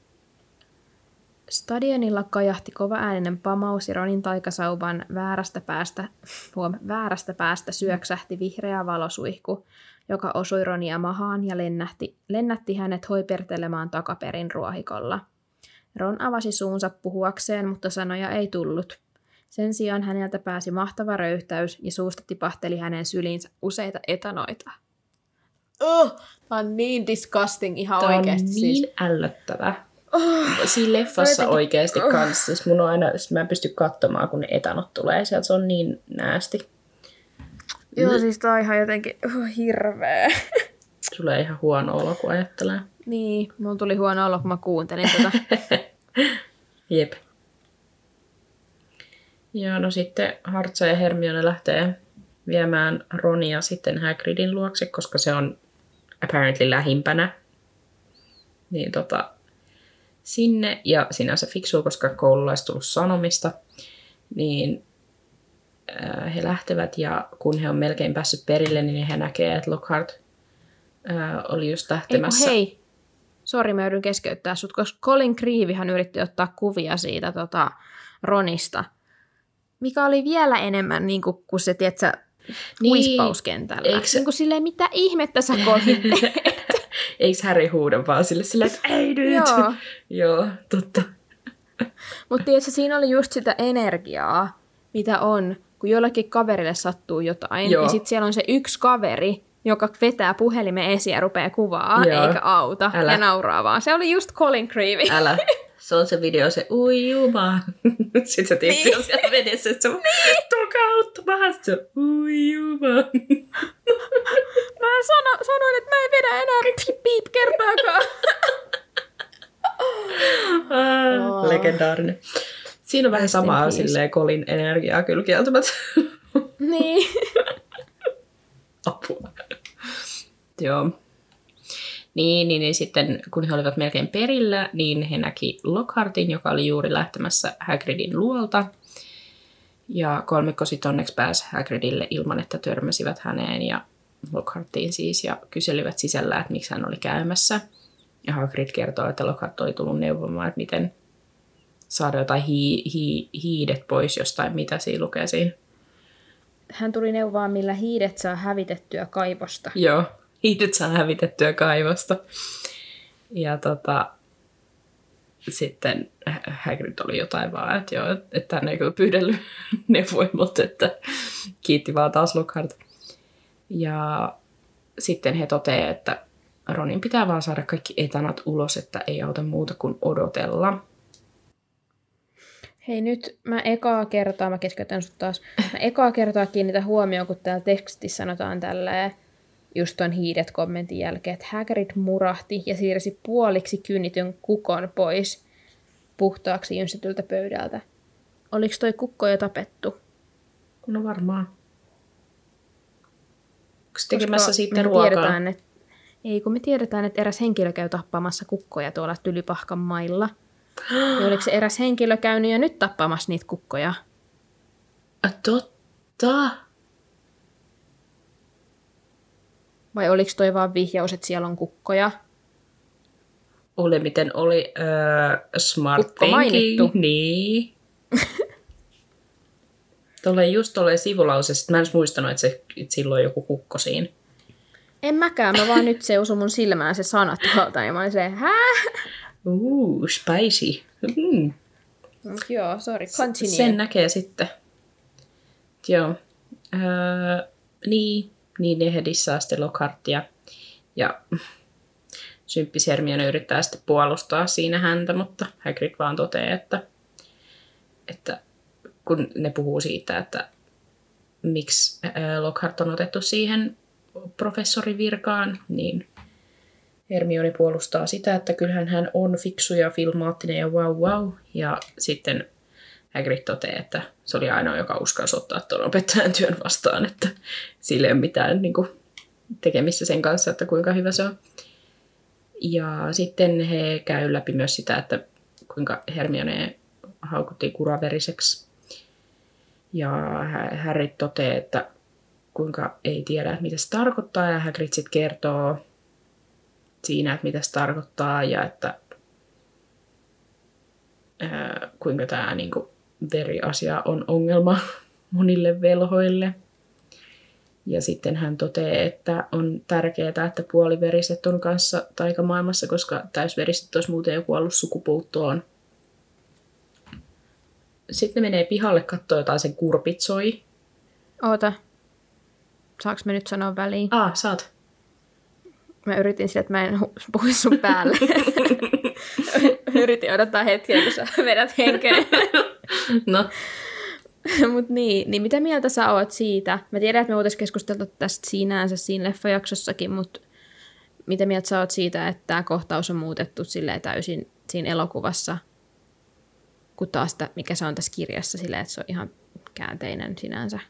Stadionilla kajahti kovaääninen pamaus ja Ronin taikasauvan väärästä päästä, huom, väärästä päästä syöksähti vihreä valosuihku, joka osui Ronia mahaan ja lennähti, lennätti hänet hoipertelemaan takaperin ruohikolla. Ron avasi suunsa puhuakseen, mutta sanoja ei tullut. Sen sijaan häneltä pääsi mahtava röyhtäys ja suusta tipahteli hänen syliinsä useita etanoita. Oh, tämä on niin disgusting ihan Tämä oikeasti. on niin siis. ällöttävä. Oh, siinä leffassa jotenkin oikeasti oh. kanssa. Siis mun on aina, mä en pysty katsomaan, kun ne etanot tulee sieltä. Se on niin näästi. Joo, mm. siis tää on ihan jotenkin oh, hirveä. Tulee ihan huono olo, kun ajattelee. Niin, mulla tuli huono olo, kun mä kuuntelin tätä. Jep. Joo, no sitten Hartsa ja Hermione lähtee viemään Ronia sitten Hagridin luokse, koska se on apparently lähimpänä. Niin tota, sinne, ja sinänsä fiksuu, koska koululla olisi tullut sanomista, niin äh, he lähtevät, ja kun he on melkein päässyt perille, niin he näkee, että Lockhart äh, oli just lähtemässä. Eiku, hei, sori, mä joudun keskeyttää sut, koska Colin Creevyhän yritti ottaa kuvia siitä tota, Ronista, mikä oli vielä enemmän niin kuin, kuin se, tiedätkö, niin, huispauskentällä. Eikö se... Niin kuin silleen, mitä ihmettä sä Colin teet? Eikö Harry huuda vaan sille silleen, että ei nyt? Joo. Joo, totta. Mutta tiedätkö, siinä oli just sitä energiaa, mitä on, kun jollakin kaverille sattuu jotain. Joo. Ja sitten siellä on se yksi kaveri, joka vetää puhelimen esiin ja rupeaa kuvaa, Joo. eikä auta Älä. ja nauraa vaan. Se oli just Colin Creevy. Älä. Se on se video, se uijuma. Sitten se tyyppi niin. on siellä vedessä, että se on tulkaa auttamaan. Se on uijuma. Mä sano, sanoin, että mä en vedä enää piip, piip kertaakaan. ah, oh. Legendaarinen. Siinä on vähän samaa silleen Colin energiaa kyllä kieltämättä. Niin. Apua. Joo. Niin, niin, niin sitten kun he olivat melkein perillä, niin he näki Lockhartin, joka oli juuri lähtemässä Hagridin luolta. Ja kolmikko sitten onneksi pääsi Hagridille ilman, että törmäsivät häneen ja Lockhartiin siis. Ja kyselivät sisällä, että miksi hän oli käymässä. Ja Hagrid kertoo, että Lockhart oli tullut neuvomaan, että miten saada jotain hi- hi- hiidet pois jostain, mitä siinä lukee siinä. Hän tuli neuvomaan, millä hiidet saa hävitettyä kaivosta. Joo. Hiidet saa hävitettyä kaivosta. Ja tota, sitten Hagrid oli jotain vaan, että joo, että hän ei kyllä pyydellyt neuvoja, mutta että kiitti vaan taas Lockhart. Ja sitten he toteavat, että Ronin pitää vaan saada kaikki etanat ulos, että ei auta muuta kuin odotella. Hei nyt mä ekaa kertaa, mä keskeytän sut taas, mä ekaa kertaa kiinnitän huomioon, kun täällä tekstissä sanotaan tälleen, just ton hiidet-kommentin jälkeen, että Hagrid murahti ja siirsi puoliksi kynnityn kukon pois puhtaaksi jynsetyltä pöydältä. Oliko toi kukko jo tapettu? No varmaan. Onko tekemässä Koska sitten me ruokaa? Tiedetään, että, Ei, kun me tiedetään, että eräs henkilö käy tappamassa kukkoja tuolla Tylypahkan mailla. Ja oliko se eräs henkilö käynyt jo nyt tappamassa niitä kukkoja? A, totta. Vai oliko toi vaan vihjaus, että siellä on kukkoja? Oli miten oli uh, smart Kukko mainittu. thinking. Niin. Tuolle just tuolle sivulausessa, mä en muistanut, että, se, että silloin on joku kukko siinä. En mäkään, mä vaan nyt se osui mun silmään se sana tuolta, ja mä olin se, hää? Uuu, spicy. Mm. Joo, sorry, continue. Sen näkee sitten. Joo. Öö, niin, niin ne hedissää sitten Lockhartia. Ja symppis Hermione yrittää sitten puolustaa siinä häntä, mutta Hagrid vaan toteaa, että, että kun ne puhuu siitä, että miksi Lockhart on otettu siihen professorivirkaan, niin Hermione puolustaa sitä, että kyllähän hän on fiksu ja filmaattinen ja wow wow. Ja sitten Hagrid toteaa, että se oli ainoa, joka uskalsi ottaa tuon opettajan työn vastaan, että sillä ei ole mitään niin kuin, tekemistä sen kanssa, että kuinka hyvä se on. Ja sitten he käy läpi myös sitä, että kuinka Hermione haukuttiin kuraveriseksi. Ja Harry toteaa, että kuinka ei tiedä, mitä se tarkoittaa, ja Hagrid sitten kertoo siinä, että mitä se tarkoittaa, ja että ää, kuinka tämä niinku, veriasia on ongelma monille velhoille. Ja sitten hän toteaa, että on tärkeää, että puoliveriset on kanssa taikamaailmassa, koska täysveriset olisi muuten jo kuollut sukupuuttoon. Sitten ne menee pihalle katsoa jotain sen kurpitsoi. Oota. Saanko mä nyt sanoa väliin? Ah, saat. Mä yritin sille, että mä en puhu sun päälle. Yritin odottaa hetken, kun sä vedät henkeä. No. Mut niin, niin mitä mieltä sä oot siitä? Mä tiedän, että me voitaisiin keskustella tästä sinänsä siinä leffajaksossakin, mutta mitä mieltä sä oot siitä, että tämä kohtaus on muutettu silleen täysin siinä elokuvassa, kun taas sitä, mikä se on tässä kirjassa silleen, että se on ihan käänteinen sinänsä?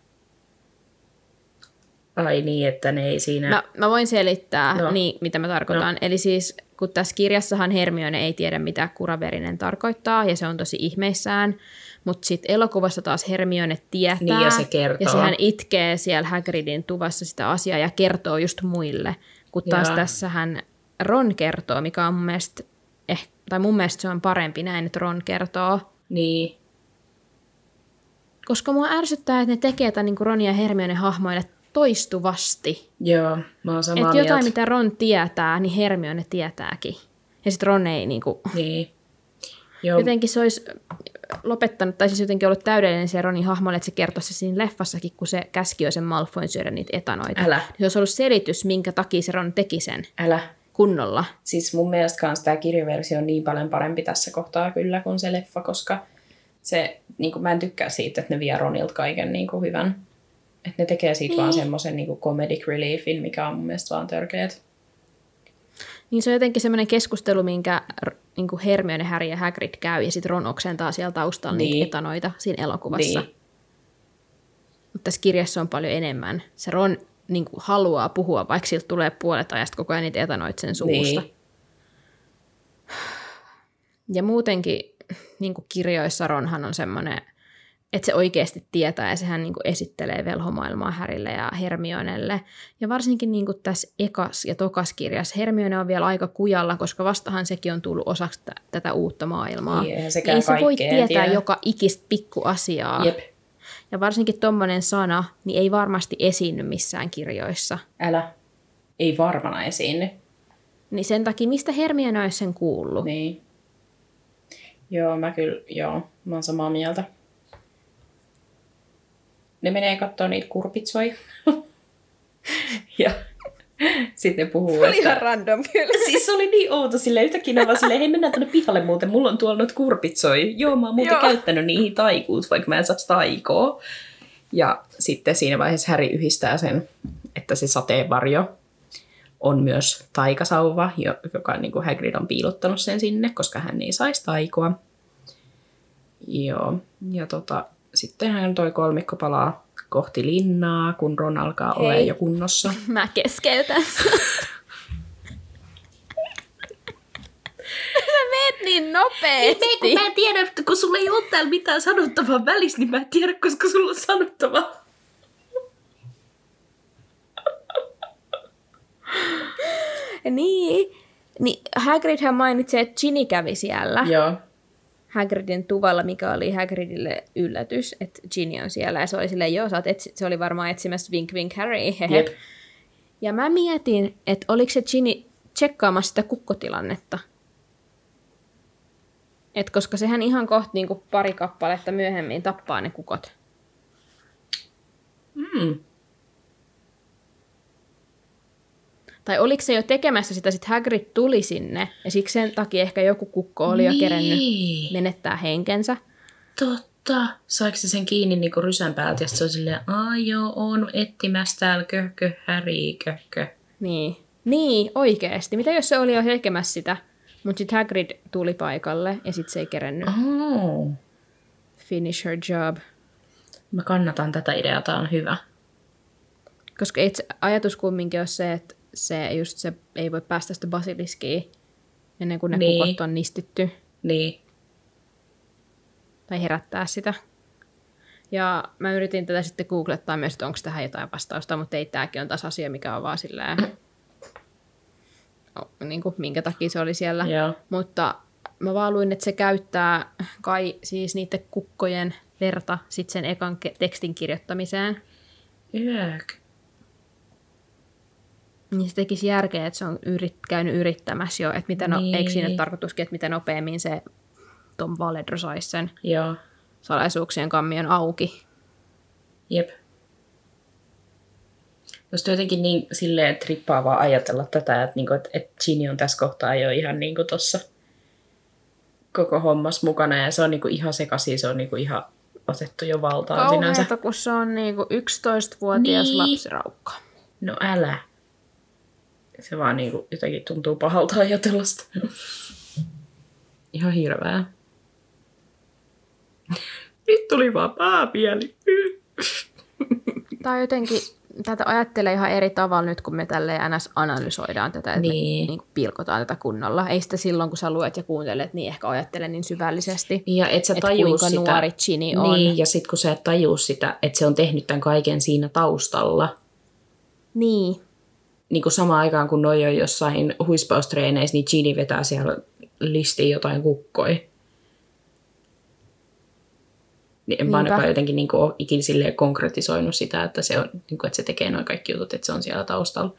Ai niin, että ne ei siinä... No, mä voin selittää, no. niin, mitä mä tarkoitan. No. Eli siis, kun tässä kirjassahan Hermione ei tiedä, mitä kuraverinen tarkoittaa, ja se on tosi ihmeissään, mutta sitten elokuvassa taas Hermione tietää, niin, ja se kertoo. Ja sehän itkee siellä Hagridin tuvassa sitä asiaa ja kertoo just muille, kun taas ja. Tässähän Ron kertoo, mikä on mun mielestä, eh, tai mun mielestä se on parempi näin, että Ron kertoo. Niin. Koska mua ärsyttää, että ne tekee tämän niin kuin Ron ja Hermione hahmoille toistuvasti. Joo, mä oon samaa mieltä. Että jotain, mitä Ron tietää, niin Hermione tietääkin. Ja sitten Ron ei niinku... Niin. Joo. Jotenkin se olisi lopettanut, tai siis jotenkin ollut täydellinen se Ronin hahmolle, että se kertoisi siinä leffassakin, kun se käski jo sen Malfoyn syödä niitä etanoita. Älä. Se olisi ollut selitys, minkä takia se Ron teki sen. Älä. Kunnolla. Siis mun mielestä kans tää kirjaversio on niin paljon parempi tässä kohtaa kyllä kuin se leffa, koska se, niin kuin mä en tykkää siitä, että ne vie Ronilta kaiken niin kuin hyvän. Että ne tekee siitä niin. vaan semmoisen niin kuin comedic reliefin, mikä on mun mielestä vaan törkeät. Niin se on jotenkin semmoinen keskustelu, minkä niin kuin Hermione, Harry ja Hagrid käy, ja sitten Ron oksentaa siellä taustalla niin. niitä etanoita siinä elokuvassa. Niin. Mutta tässä kirjassa on paljon enemmän. Se Ron niin kuin haluaa puhua, vaikka siltä tulee puolet ajasta koko ajan niitä etanoita sen suusta. Niin. Ja muutenkin niin kuin kirjoissa Ronhan on semmoinen, että se oikeasti tietää, ja sehän niin kuin esittelee velhomaailmaa Harrylle ja Hermionelle. Ja varsinkin niin kuin tässä ekas- ja tokaskirjassa Hermione on vielä aika kujalla, koska vastahan sekin on tullut osaksi t- tätä uutta maailmaa. Niin, ei se voi tietää tiedä. joka ikistä pikkuasiaa. Jep. Ja varsinkin tommonen sana, niin ei varmasti esiinny missään kirjoissa. Älä. Ei varmana esiinny. Niin sen takia, mistä Hermione olisi sen kuullut? Niin. Joo, mä kyllä, joo, mä oon samaa mieltä. Ne menee katsoa niitä kurpitsoja. Ja sitten ne puhuu, oli ihan random kyllä. Siis se oli niin outo silleen, yhtäkkiä ne vaan silleen, hei mennään tuonne pihalle muuten, mulla on tuolla noita kurpitsoja. Joo, mä oon muuten Joo. käyttänyt niihin taikuut, vaikka mä en saisi taikoa. Ja sitten siinä vaiheessa Harry yhdistää sen, että se sateenvarjo on myös taikasauva, joka niin kuin Hagrid on piilottanut sen sinne, koska hän ei saisi taikoa. Joo, ja tota... Sitten hän toi kolmikko palaa kohti linnaa, kun Ron alkaa olla jo kunnossa. Mä keskeytän. niin nopeasti. Niin, kun mä en tiedä, että kun sulla ei ole täällä mitään sanottavaa välissä, niin mä en tiedä, koska sulla on sanottavaa. Niin. niin. Hagridhän mainitsi, että Ginny kävi siellä. Joo. Hagridin tuvalla, mikä oli Hagridille yllätys, että Ginny on siellä. Ja se oli silleen, joo, sä oot etsi- se oli varmaan etsimässä Wink Wink Harry. Jep. Ja mä mietin, että oliko se Ginny tsekkaamassa sitä kukkotilannetta. Et koska sehän ihan kohta niin kuin pari kappaletta myöhemmin tappaa ne kukot. Mm. Tai oliko se jo tekemässä sitä, sitten Hagrid tuli sinne, ja siksi sen takia ehkä joku kukko oli jo Niin. kerennyt menettää henkensä. Totta. Saiko se sen kiinni niinku rysän päältä, ja se oli silleen, ai joo, on etsimässä täällä köhkö, Harry, köhkö. Niin. Niin, oikeesti. Mitä jos se oli jo tekemässä sitä, mutta sitten Hagrid tuli paikalle, ja sitten se ei kerennyt Oh. finish her job. Mä kannatan tätä ideaa, tää on hyvä. Koska itse ajatus kumminkin on se, että se, just se ei voi päästä sitä basiliskiin ennen kuin ne Niin. kukot on nistitty. Niin. Tai herättää sitä. Ja mä yritin tätä sitten googlettaa myös, että onko tähän jotain vastausta, mutta ei tämäkin on taas asia, mikä on vaan silleen, no, niin kuin, minkä takia se oli siellä. Joo. Mutta mä vaan luin, että se käyttää kai siis niiden kukkojen verta sit sen ekan ke- tekstin kirjoittamiseen. Yök. Niin se tekisi järkeä, että se on yrit, käynyt yrittämässä jo, että mitä no, Niin. eikö siinä tarkoituskin, että mitä nopeammin se Tom Valedro saisi sen Joo. salaisuuksien kammion auki. Jep. Musta on jotenkin niin silleen trippaavaa ajatella tätä, että, niinku, että, että Ginny on tässä kohtaa jo ihan niinku tossa koko hommas mukana ja se on niinku ihan sekaisin, se on niinku ihan otettu jo valtaan sinänsä. Kauheeta, kun se on niinku yksitoistavuotias Niin. lapsiraukka. No älä. Se vaan niinku jotenkin tuntuu pahalta ajatella sitä. Ihan hirveää. Nyt tuli vaan pääpieli. Tai jotenkin, tätä ajattelee ihan eri tavalla nyt, kun me tälleen ns. Analysoidaan tätä, että Niin. me niin kuin pilkotaan tätä kunnolla. Ei sitä silloin, kun sä luet ja kuuntelet, niin ehkä ajattele niin syvällisesti, Ja et sä että tajuu kuinka sitä. nuori Ginny on. Niin, ja sit kun sä et tajuu sitä, että se on tehnyt tämän kaiken siinä taustalla, Niin. niin kuin samaan aikaan kun noi on jossain huispaustreeneissä, niin Ginny vetää siellä listiin jotain kukkoja. Niin en vaan Niinpä. jotenkin niin kuin ole ikinä silleen konkretisoinut sitä, että se, on, niin kuin, että se tekee noin kaikki jutut, että se on siellä taustalla.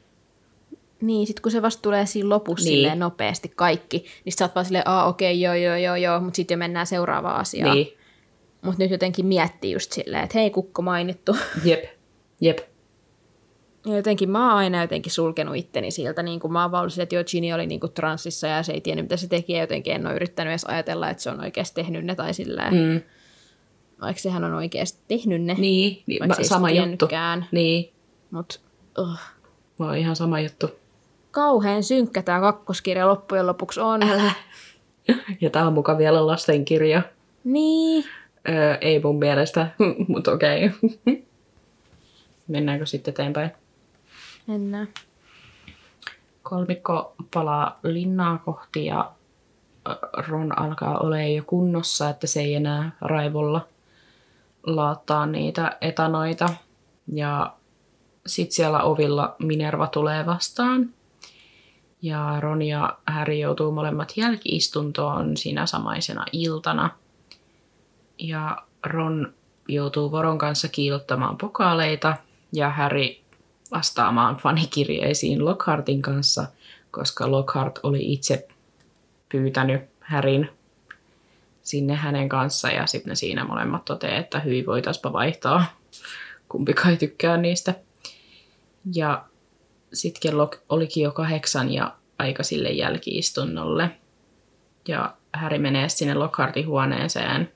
Niin, sit kun se vasta tulee siinä lopussa Niin. silleen nopeasti kaikki, niin sit sä oot vaan silleen, aa okei, okay, joo, joo, joo, joo, mutta sitten jo mennään seuraavaan asiaan. Niin, Mutta nyt jotenkin miettii just silleen, että hei, kukko mainittu. jep, jep. Ja jotenkin mä oon aina jotenkin sulkenut itteni siltä, niin kuin mä oon vaan ollut silleen, että joo, Ginny oli niin kuin transsissa ja se ei tiennyt, mitä se teki, ja jotenkin en ole yrittänyt edes ajatella, että se on oikeasti tehnyt ne, tai silleen, Mm. vaikka sehän on oikeasti tehnyt ne, Niin, niin vaikka mä, se ei sama sitä juttu. tiennytkään. Niin, Mutta uh. mä oon ihan sama juttu. kauhean synkkä tää kakkoskirja loppujen lopuksi on. Älä. Ja tää on muka vielä lastenkirja. Niin. Öö, ei mun mielestä, mutta okei. Mennäänkö sitten eteenpäin? Mennään. Kolmikko palaa linnaa kohti ja Ron alkaa olemaan jo kunnossa, että se ei enää raivolla laattaa niitä etanoita. Ja sitten siellä ovilla Minerva tulee vastaan. Ja Ron ja Harry joutuu molemmat jälki-istuntoon siinä samaisena iltana. Ja Ron joutuu Voron kanssa kiilottamaan pokaaleita ja Harry vastaamaan fanikirjeisiin Lockhartin kanssa, koska Lockhart oli itse pyytänyt Harryn sinne hänen kanssa ja sitten ne siinä molemmat toteaa, että hyvin voitaispa vaihtaa, kumpikaan ei tykkää niistä. Ja sitten kello olikin jo kahdeksan ja aika sille jälki-istunnolle. Ja Harry menee sinne Lockhartin huoneeseen.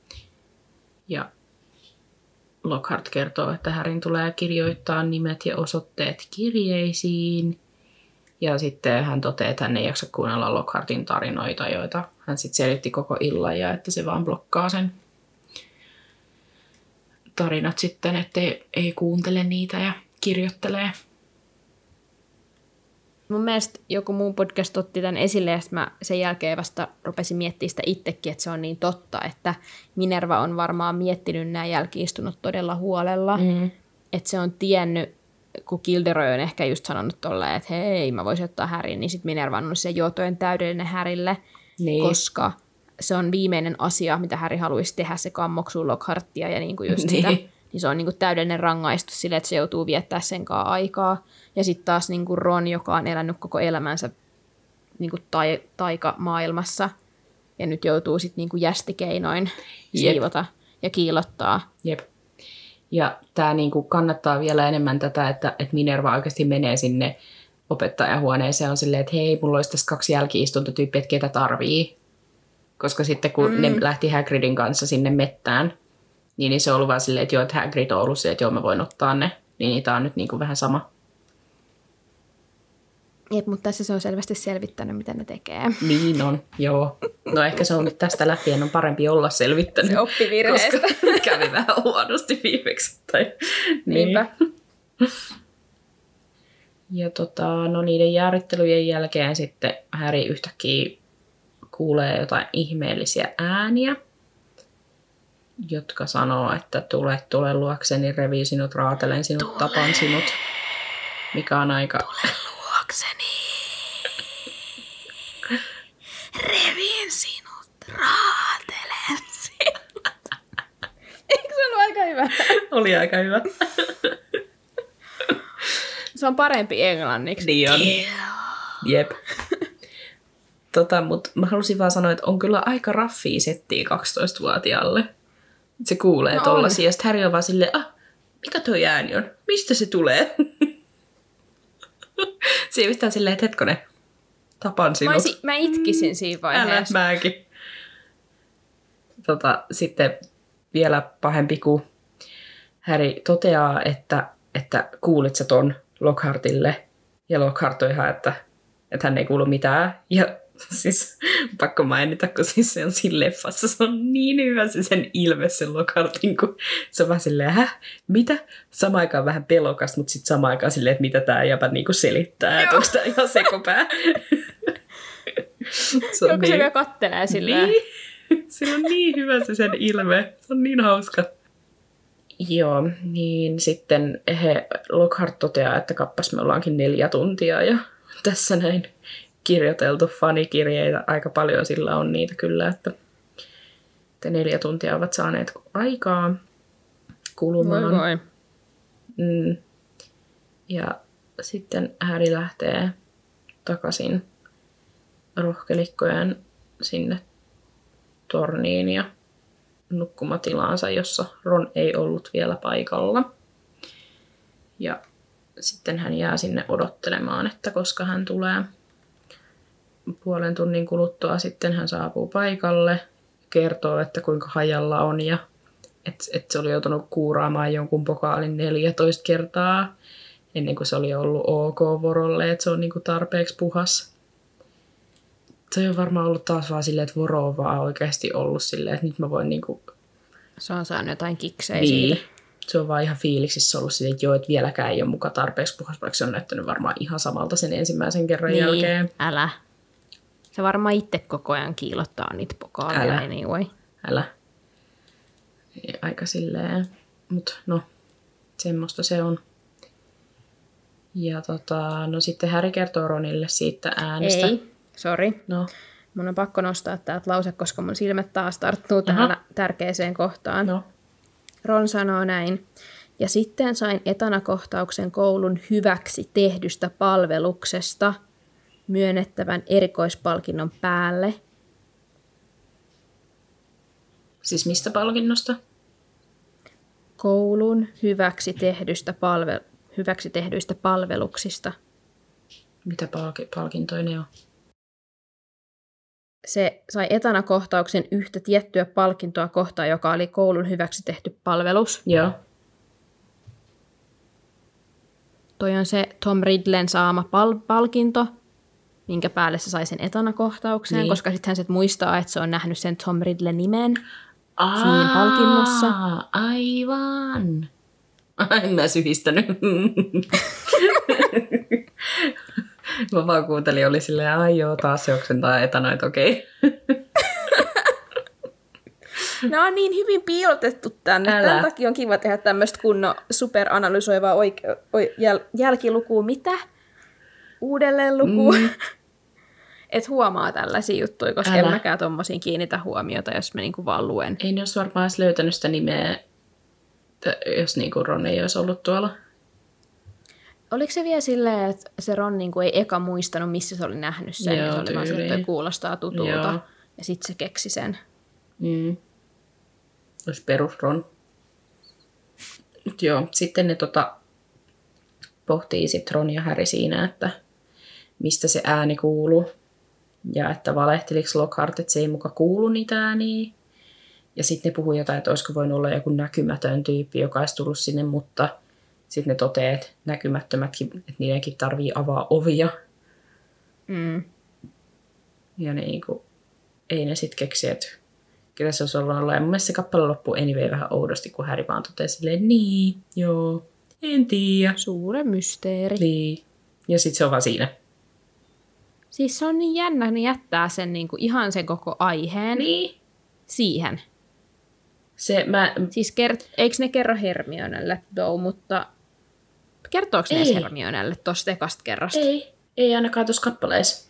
Ja Lockhart kertoo, että Harryn tulee kirjoittaa nimet ja osoitteet kirjeisiin. Ja sitten hän toteaa, että hän ei jaksa kuunnella Lockhartin tarinoita, joita hän sitten selitti koko illan ja että se vaan blokkaa sen tarinat sitten, että ei, ei kuuntele niitä ja kirjoittelee. mun mielestä joku muu podcast otti tämän esille, ja mä sen jälkeen vasta rupesin miettimään sitä itsekin, että se on niin totta, että Minerva on varmaan miettinyt nämä jälki-istunnot todella huolella, mm. että se on tiennyt, kun Gilderoy on ehkä just sanonut tolleen, että hei, mä voisin ottaa Harryn, niin sitten Minerva on ollut se joutojen täydellinen Harrylle, niin. Koska se on viimeinen asia, mitä Harry haluaisi tehdä, se kammoksuu Lockhartia ja niinku just niin. sitä. Niin se on niinku täydellinen rangaistus sille, että se joutuu viettää sen kanssa aikaa. Ja sitten taas niinku Ron, joka on elänyt koko elämänsä niinku tai, taikamaailmassa ja nyt joutuu sitten niinku jästikeinoin siivota Jep. ja kiilottaa. Jep. Ja tämä niinku kannattaa vielä enemmän tätä, että, että Minerva oikeasti menee sinne opettajahuoneeseen on silleen, että hei, mulla olisi tässä kaksi jälki-istuntotyyppiä, että ketä tarvii. Koska sitten kun mm. ne lähti Hagridin kanssa sinne mettään, niin, niin se on ollut vaan silleen, että joo, että Hagrid on ollut silleen, että joo, mä voin ottaa ne. Niin tämä on nyt niinku vähän sama. Jep, mutta tässä se on selvästi selvittänyt, mitä ne tekee. Niin on, joo. No ehkä se on tästä lähtien on parempi olla selvittänyt. Se oppi virheestä. Koska kävi vähän huonosti viimeksi. Tai, Niinpä. Niin. Ja tota, no niiden jäärittelyjen jälkeen sitten Harry yhtäkkiä kuulee jotain ihmeellisiä ääniä, jotka sanoo, että tule, tule luokseni, revii sinut, raatelen sinut, tule. Tapan sinut. Mikä on aika... Tule luokseni. Revin sinut, raatelen sinut. Eikö se ollut aika hyvä? Oli aika hyvä. Se on parempi englanniksi. Niin on. Jep. Tota, mutta mä halusin vaan sanoa, että on kyllä aika raffia settiä kaksitoistavuotiaalle. Se kuulee no tollasia. Ja sitten Harry on vaan silleen, ah, mikä toi ääni on? Mistä se tulee? Se ei yhtään silleen, että hetkonen, tapan sinut. Mä, isi, mä itkisin siinä vaiheessa. Älä, mäkin. Tota, sitten vielä pahempi, kun Harry toteaa, että, että kuulit sä ton Lockhartille. Ja Lockhart on ihan, että, että hän ei kuulu mitään. Ja siis pakko mainita, kun siis se on siinä leffassa. Se on niin hyvä se sen ilme, sen Lockhartin, kun se on vähän silleen, häh, mitä? Samaan aikaan vähän pelokas, mutta sitten samaan aikaan silleen, että mitä tää jäpä niinku selittää. Että onko tää ihan sekopää? Se Joku niin... se vielä kattelee silleen. Niin. Se on niin hyvä se sen ilme. Se on niin hauska. Joo, niin sitten he, Lockhart toteaa, että kappas me ollaankin neljä tuntia ja tässä näin kirjoiteltu fanikirjeitä. Aika paljon sillä on niitä kyllä, että, että neljä tuntia ovat saaneet aikaa kulumaan. Voi voi. Mm. Ja sitten Harry lähtee takaisin rohkelikkojen sinne torniin ja nukkumatilaansa, jossa Ron ei ollut vielä paikalla. Ja sitten hän jää sinne odottelemaan, että koska hän tulee puolen tunnin kuluttua, sitten hän saapuu paikalle, kertoo, että kuinka hajalla on ja että et se oli joutunut kuuraamaan jonkun pokaalin neljätoista kertaa ennen kuin se oli ollut ok Vorolle, että se on niinku tarpeeksi puhas. Se on varmaan ollut taas vaan silleen, että Voro on vaan oikeasti ollut silleen, että nyt mä voin niinku... Se on saanut jotain kiksejä niin. siitä. Se on vaan ihan fiiliksissä ollut silleen, että joo, että vieläkään ei ole muka tarpeeksi puhas, vaikka se on näyttänyt varmaan ihan samalta sen ensimmäisen kerran niin, jälkeen. Älä. Se varmaan itse koko ajan kiilottaa niitä pokaalia anyway. Älä. Aika silleen, mutta no, semmoista se on. Ja tota, no sitten Harry kertoo Ronille siitä äänestä. Ei, sori. No. Mun on pakko nostaa täältä lause, koska mun silmät taas tarttuu tähän Aha. tärkeäseen kohtaan. No. Ron sanoo näin. Ja sitten sain etanakohtauksen koulun hyväksi tehdystä palveluksesta myönnettävän erikoispalkinnon päälle. Siis mistä palkinnosta? Koulun hyväksi tehdystä, palve- hyväksi tehdyistä palveluksista. Mitä palki- palkintoja ne on? Se sai etanakohtauksen yhtä tiettyä palkintoa kohtaan, joka oli koulun hyväksi tehty palvelus. Joo. Toi on se Tom Riddlen saama pal- palkinto, minkä päälle se sai sen etanakohtauksen, niin. Koska sitten hän sit muistaa, että se on nähnyt sen Tom Riddlen nimen Aa, siinä palkinnossa. Aivan. En mä syhistänyt. Mä vaan kuuntelin, oli silleen, ai joo, taas se oksentaa etanoit, okei. Okay. Ne on niin hyvin piilotettu tänne. Älä. Tämän takia on kiva tehdä tämmöistä kunnon superanalysoivaa oike- o- jäl- jälkilukua. Mitä? Uudelleenlukua. Mm. Et huomaa tällaisia juttuja, koska Älä. en mäkään tommosiin kiinnitä huomiota, jos mä niinku vaan luen. Ei ne olisi varmaan edes löytänyt sitä nimeä, jos niinku Ron ei olisi ollut tuolla. Oliko se vielä silleen, että se Ron niinku ei eka muistanut, missä se oli nähnyt sen, Joo, ja se oli vaan silleen, että toi kuulostaa tutulta, Joo. ja sitten se keksi sen. Mm. Olisi perus Ron. Mut joo, sitten ne tota, pohtii sit Ron ja Harry siinä, että mistä se ääni kuuluu. Ja että valehteliko Lockhart, että se ei muka kuulu niitä ääniä. Ja sitten ne puhuu jotain, että olisiko voinut olla joku näkymätön tyyppi, joka olisi tullut sinne, mutta sitten ne toteaa, että näkymättömätkin, että niidenkin tarvii avaa ovia. Mm. Ja ne niinku, ei ne sitten keksi, että kyllä se olisi ollut olla. Ja mun mielestä se kappale loppuu anyway vähän oudosti, kun Harry vaan totesi silleen, niin, joo, en tiedä. Suuren mysteeri. Niin. Ja sitten se on vaan siinä. Siis se on niin jännä, ne jättää sen niinku ihan sen koko aiheen Niin. siihen. Se, mä, Siis kert- eikö ne kerro Hermionelle though, mutta kertooko ne Ei. edes Hermionelle tosta ekasta kerrasta? ei, ei ainakaan tuossa kappaleessa.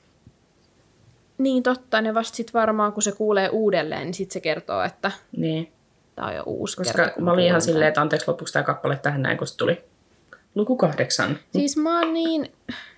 Niin totta, ne vasta sit varmaan kun se kuulee uudelleen, niin sit se kertoo, että Niin. tää on jo uusi Koska kerta. kun mä olin kuulen ihan tän. silleen, että anteeksi lopuksi tämä kappale tähän näin, kun se tuli. Luku kahdeksan. Siis mä oon niin...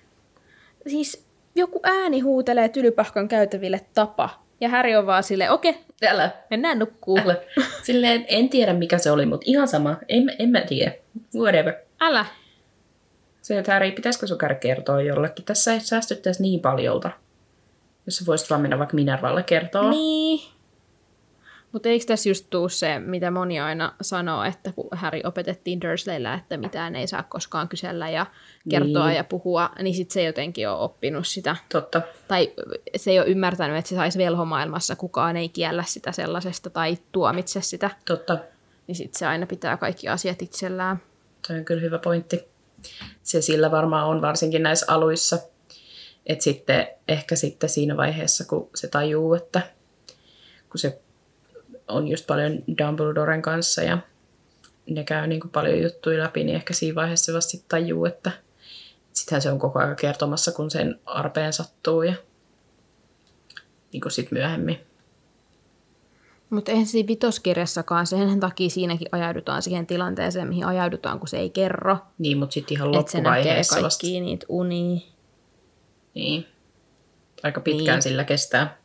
Siis joku ääni huutelee Tylypahkan käytäville tapa. Ja Harry on vaan silleen, okei, okay, Älä. mennään nukkuu. Älä. Silleen, en tiedä mikä se oli, mutta ihan sama. En, en mä tiedä. Whatever. Älä. Se, että Harry, pitäisikö sun käydä kertoa jollekin? Tässä ei säästyttäisi niin paljolta. Jos sä voisit vaan mennä vaikka Minervalle kertoa. Niin. Mutta eikö tässä just tuu se, mitä moni aina sanoo, että kun Harry opetettiin Dursleyllä, että mitään ei saa koskaan kysellä ja kertoa Niin. ja puhua, niin sit se jotenkin on oppinut sitä. Totta. Tai se ei ole ymmärtänyt, että se saisi velhomaailmassa, kukaan ei kiellä sitä sellaisesta tai tuomitse sitä. Totta. Niin sit se aina pitää kaikki asiat itsellään. Toi on kyllä hyvä pointti. Se sillä varmaan on varsinkin näissä aluissa. Että sitten ehkä sitten siinä vaiheessa, kun se tajuu, että kun se on just paljon Dumbledoren kanssa ja ne käy niin kuin paljon juttuja läpi, niin ehkä siinä vaiheessa se vasta sit tajuu, että sittenhän se on koko ajan kertomassa, kun sen arpeen sattuu ja niin kuin sit myöhemmin. Mutta eihän siinä vitoskirjassakaan, sen takia siinäkin ajaudutaan siihen tilanteeseen, mihin ajaudutaan, kun se ei kerro. Niin, mutta sitten ihan Että se näkee loppuvaiheessa vasta. kaikkia niitä unia. Niin. Aika pitkään Niin. sillä kestää.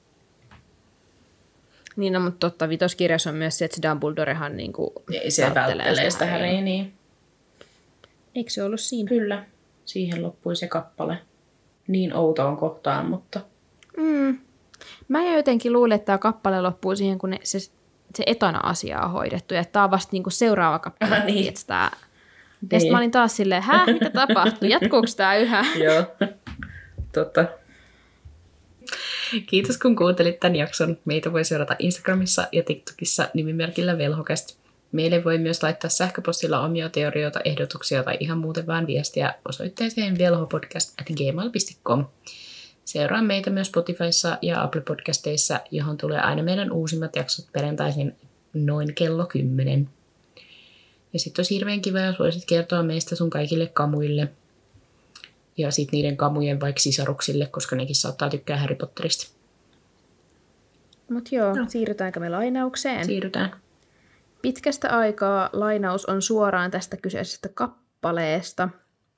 Niin, no, mutta totta, vitoskirjassa on myös se, että se Dumbledorehan niinku Ei se välttelee sitä Harryä. Harryä, niin. Eikö se ollut siinä? Kyllä, siihen loppui se kappale. Niin outoon kohtaan, mutta Mm. Mä jotenkin luulin, että tämä kappale loppuu siihen, kun ne, se, se etana-asia on hoidettu, ja että tämä on vasta niinku seuraava kappale. Ah, niin. Että tää... Ja Niin. sitten mä olin taas silleen, hä, mitä tapahtuu? Jatkuuko tämä yhä? joo, totta. Kiitos kun kuuntelit tämän jakson. Meitä voi seurata Instagramissa ja TikTokissa nimimerkillä Velhokast. Meille voi myös laittaa sähköpostilla omia teorioita, ehdotuksia tai ihan muuten vaan viestiä osoitteeseen velhopodcast at gmail dot com. Seuraa meitä myös Spotifyssa ja Apple Podcasteissa, johon tulee aina meidän uusimmat jaksot perjantaisin noin kello kymmenen. Ja sitten olisi hirveän kiva, jos voisit kertoa meistä sun kaikille kamuille. Ja sitten niiden kamujen vaikka sisaruksille, koska nekin saattaa tykkää Harry Potterista. Mut joo, No. siirrytäänkö me lainaukseen? Siirrytään. Pitkästä aikaa lainaus on suoraan tästä kyseisestä kappaleesta.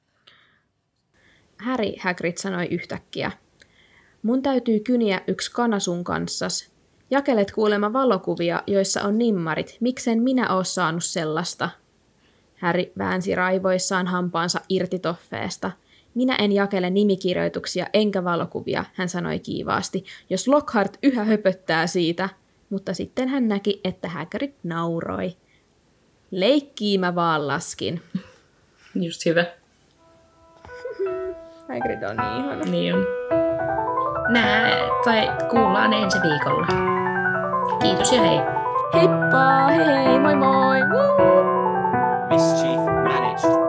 Harry Hagrid sanoi yhtäkkiä. Mun täytyy kyniä yksi kana sun kanssas. Jakelet kuulemma valokuvia, joissa on nimmarit. Miksen minä oo saanut sellaista? Harry väänsi raivoissaan hampaansa irti toffeesta. Minä en jakele nimikirjoituksia enkä valokuvia, hän sanoi kiivaasti, jos Lockhart yhä höpöttää siitä. Mutta sitten hän näki, että Hagrid nauroi. Leikkii mä vaan laskin. Just hyvä. Hagrid on niin ihana. Niin on. Nää, tai kuullaan ensi viikolla. Kiitos ja hei. Heippa, hei hei, moi moi! Woo! Mischief managed.